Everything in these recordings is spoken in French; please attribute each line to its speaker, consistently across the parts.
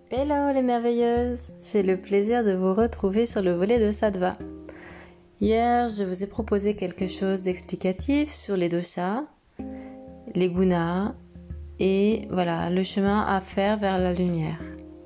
Speaker 1: Hello les merveilleuses, j'ai le plaisir de vous retrouver sur le volet de Sattva. Hier, je vous ai proposé quelque chose d'explicatif sur les doshas, les gunas et voilà, le chemin à faire vers la lumière.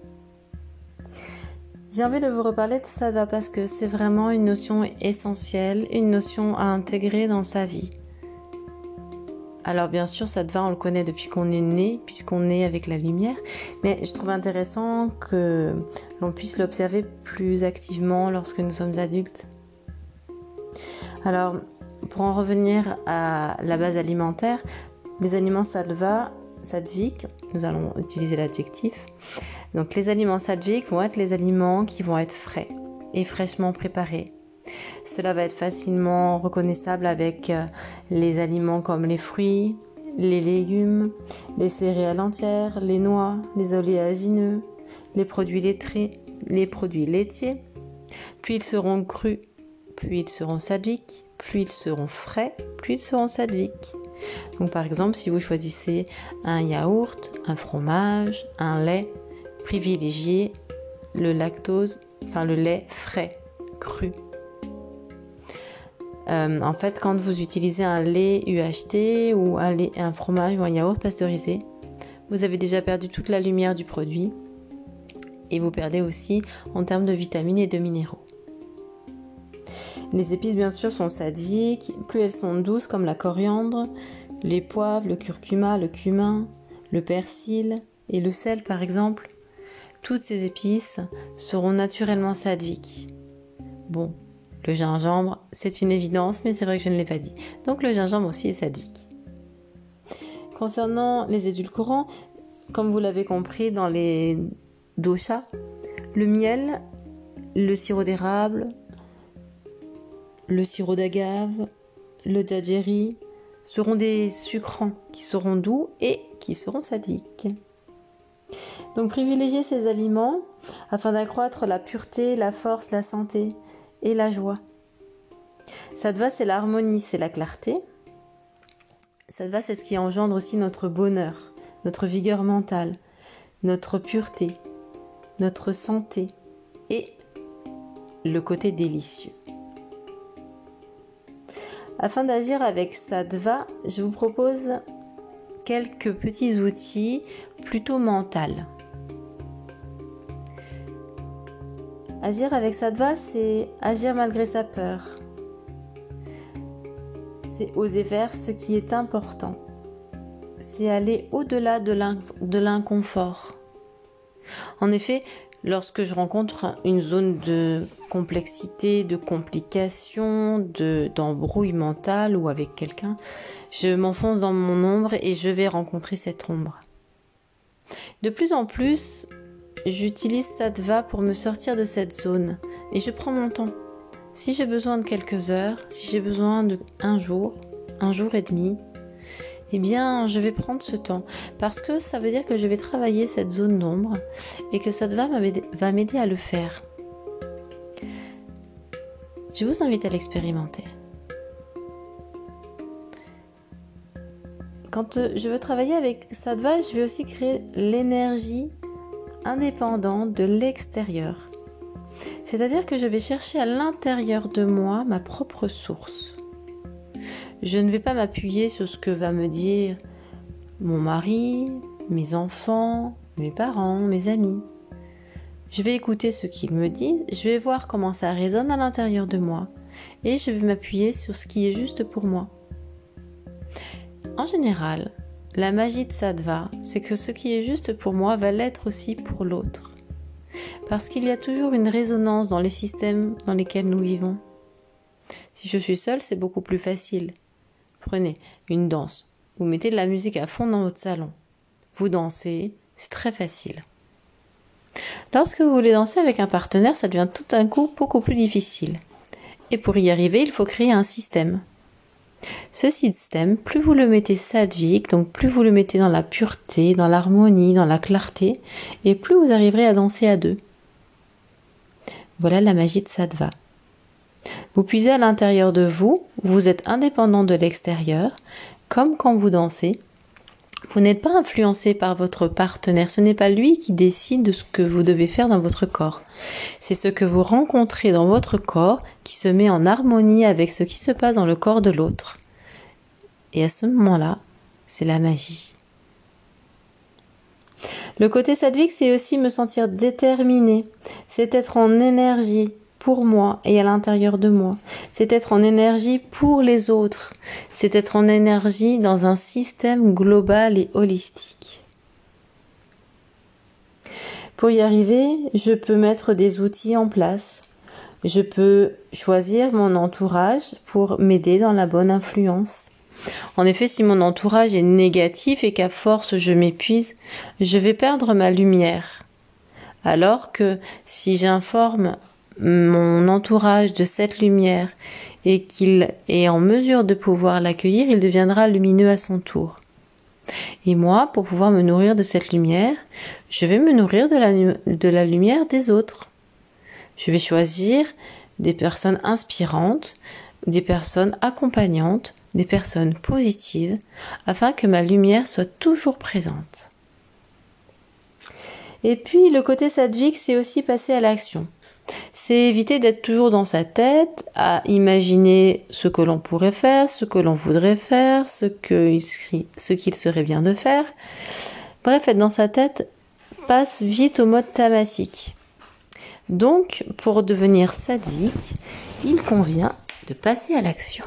Speaker 1: J'ai envie de vous reparler de Sattva parce que c'est vraiment une notion essentielle, une notion à intégrer dans sa vie. Alors bien sûr, Sattva, on le connaît depuis qu'on est né, puisqu'on est avec la lumière, mais je trouve intéressant que l'on puisse l'observer plus activement lorsque nous sommes adultes. Alors, pour en revenir à la base alimentaire, les aliments sattviques, nous allons utiliser l'adjectif. Donc les aliments sattviques vont être les aliments qui vont être frais et fraîchement préparés. Cela va être facilement reconnaissable avec les aliments comme les fruits, les légumes, les céréales entières, les noix, les oléagineux, les produits laitiers. Puis ils seront crus, puis ils seront sattviques, puis ils seront frais, puis ils seront sattviques. Donc par exemple, si vous choisissez un yaourt, un fromage, un lait, privilégiez le lait frais, cru. En fait, quand vous utilisez un lait UHT ou un fromage ou un yaourt pasteurisé, vous avez déjà perdu toute la lumière du produit et vous perdez aussi en termes de vitamines et de minéraux. Les épices, bien sûr, sont sattviques. Plus elles sont douces, comme la coriandre, les poivres, le curcuma, le cumin, le persil et le sel, par exemple. Toutes ces épices seront naturellement sattviques. Bon, le gingembre, c'est une évidence, mais c'est vrai que je ne l'ai pas dit. Donc le gingembre aussi est sattvique. Concernant les édulcorants, comme vous l'avez compris dans les doshas, le miel, le sirop d'érable, le sirop d'agave, le jaggery seront des sucrants qui seront doux et qui seront sattviques. Donc privilégiez ces aliments afin d'accroître la pureté, la force, la santé et la joie. Sattva, c'est l'harmonie, c'est la clarté. Sattva, c'est ce qui engendre aussi notre bonheur, notre vigueur mentale, notre pureté, notre santé et le côté délicieux. Afin d'agir avec Sattva, je vous propose quelques petits outils plutôt mentaux. Agir avec Sattva, c'est agir malgré sa peur. C'est oser faire ce qui est important. C'est aller au-delà de l'inconfort. En effet, lorsque je rencontre une zone de complexité, de complication, d'embrouille mentale ou avec quelqu'un, je m'enfonce dans mon ombre et je vais rencontrer cette ombre. De plus en plus, j'utilise Sattva pour me sortir de cette zone et je prends mon temps. Si j'ai besoin de quelques heures, si j'ai besoin d'un jour, un jour et demi, eh bien je vais prendre ce temps parce que ça veut dire que je vais travailler cette zone d'ombre et que Sattva va m'aider à le faire. Je vous invite à l'expérimenter. Quand je veux travailler avec Sattva, je vais aussi créer l'énergie indépendante de l'extérieur. C'est-à-dire que je vais chercher à l'intérieur de moi ma propre source. Je ne vais pas m'appuyer sur ce que va me dire mon mari, mes enfants, mes parents, mes amis. Je vais écouter ce qu'ils me disent, je vais voir comment ça résonne à l'intérieur de moi et je vais m'appuyer sur ce qui est juste pour moi. En général, la magie de Sattva, c'est que ce qui est juste pour moi va l'être aussi pour l'autre. Parce qu'il y a toujours une résonance dans les systèmes dans lesquels nous vivons. Si je suis seule, c'est beaucoup plus facile. Prenez une danse, vous mettez de la musique à fond dans votre salon. Vous dansez, c'est très facile. Lorsque vous voulez danser avec un partenaire, ça devient tout d'un coup beaucoup plus difficile. Et pour y arriver, il faut créer un système. Ce système, plus vous le mettez sattvique, donc plus vous le mettez dans la pureté, dans l'harmonie, dans la clarté, et plus vous arriverez à danser à deux. Voilà la magie de Sattva. Vous puisez à l'intérieur de vous, vous êtes indépendant de l'extérieur, comme quand vous dansez. Vous n'êtes pas influencé par votre partenaire. Ce n'est pas lui qui décide de ce que vous devez faire dans votre corps. C'est ce que vous rencontrez dans votre corps qui se met en harmonie avec ce qui se passe dans le corps de l'autre. Et à ce moment-là, c'est la magie. Le côté sattvique, c'est aussi me sentir déterminé. C'est être en énergie pour moi et à l'intérieur de moi. C'est être en énergie pour les autres. C'est être en énergie dans un système global et holistique. Pour y arriver, je peux mettre des outils en place. Je peux choisir mon entourage pour m'aider dans la bonne influence. En effet, si mon entourage est négatif et qu'à force je m'épuise, je vais perdre ma lumière. Alors que si j'informe mon entourage de cette lumière et qu'il est en mesure de pouvoir l'accueillir, il deviendra lumineux à son tour. Et moi, pour pouvoir me nourrir de cette lumière, je vais me nourrir de la lumière des autres. Je vais choisir des personnes inspirantes, des personnes accompagnantes, des personnes positives, afin que ma lumière soit toujours présente. Et puis, le côté sattvique, c'est aussi passer à l'action. C'est éviter d'être toujours dans sa tête, à imaginer ce que l'on pourrait faire, ce que l'on voudrait faire, ce qu'il serait bien de faire. Bref, être dans sa tête passe vite au mode tamasique. Donc, pour devenir sattvique, il convient de passer à l'action.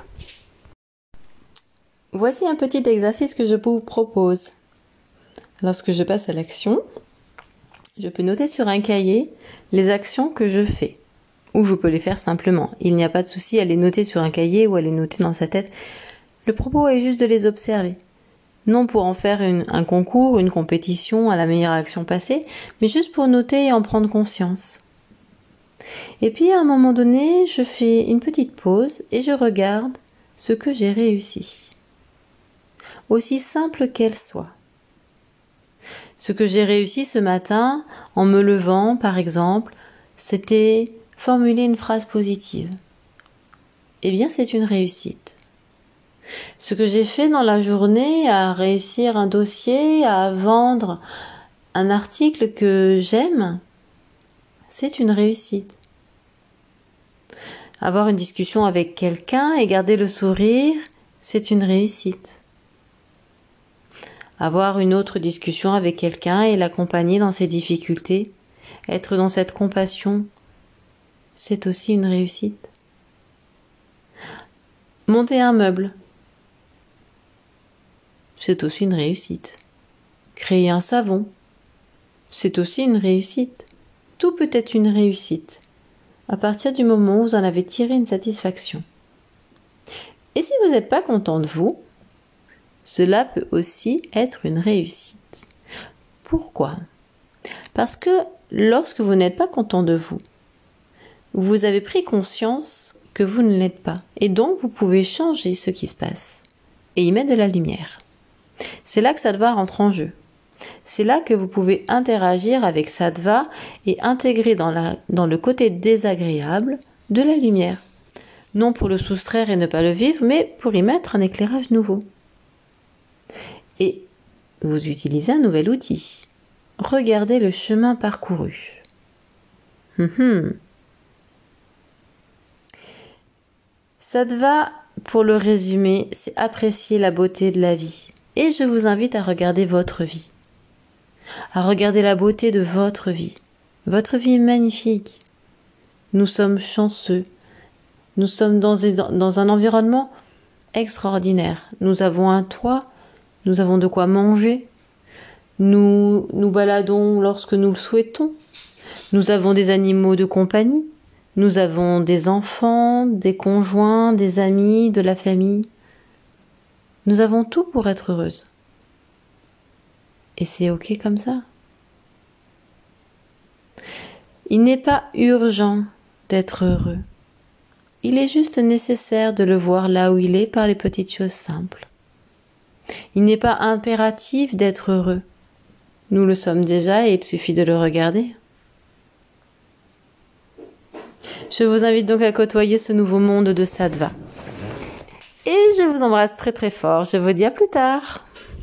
Speaker 1: Voici un petit exercice que je vous propose. Lorsque je passe à l'action, je peux noter sur un cahier les actions que je fais. Ou je peux les faire simplement. Il n'y a pas de souci à les noter sur un cahier ou à les noter dans sa tête. Le propos est juste de les observer. Non pour en faire un concours, une compétition à la meilleure action passée, mais juste pour noter et en prendre conscience. Et puis à un moment donné, je fais une petite pause et je regarde ce que j'ai réussi. Aussi simple qu'elle soit. Ce que j'ai réussi ce matin, en me levant par exemple, c'était formuler une phrase positive. Eh bien, c'est une réussite. Ce que j'ai fait dans la journée, à réussir un dossier, à vendre un article que j'aime, c'est une réussite. Avoir une discussion avec quelqu'un et garder le sourire, c'est une réussite. Avoir une autre discussion avec quelqu'un et l'accompagner dans ses difficultés, être dans cette compassion, c'est aussi une réussite. Monter un meuble, c'est aussi une réussite. Créer un savon, c'est aussi une réussite. Tout peut être une réussite, à partir du moment où vous en avez tiré une satisfaction. Et si vous n'êtes pas content de vous, cela peut aussi être une réussite. Pourquoi ? Parce que lorsque vous n'êtes pas content de vous, vous avez pris conscience que vous ne l'êtes pas. Et donc, vous pouvez changer ce qui se passe et y mettre de la lumière. C'est là que Sattva rentre en jeu. C'est là que vous pouvez interagir avec Sattva et intégrer dans le côté désagréable de la lumière. Non pour le soustraire et ne pas le vivre, mais pour y mettre un éclairage nouveau. Et vous utilisez un nouvel outil. Regardez le chemin parcouru. Sattva, pour le résumer, c'est apprécier la beauté de la vie. Et je vous invite à regarder votre vie. À regarder la beauté de votre vie. Votre vie est magnifique. Nous sommes chanceux. Nous sommes dans un environnement extraordinaire. Nous avons un toit. Nous avons de quoi manger. Nous nous baladons lorsque nous le souhaitons. Nous avons des animaux de compagnie. Nous avons des enfants, des conjoints, des amis, de la famille. Nous avons tout pour être heureuses. Et c'est ok comme ça. Il n'est pas urgent d'être heureux. Il est juste nécessaire de le voir là où il est par les petites choses simples. Il n'est pas impératif d'être heureux. Nous le sommes déjà et il suffit de le regarder. Je vous invite donc à côtoyer ce nouveau monde de Sattva. Et je vous embrasse très très fort. Je vous dis à plus tard.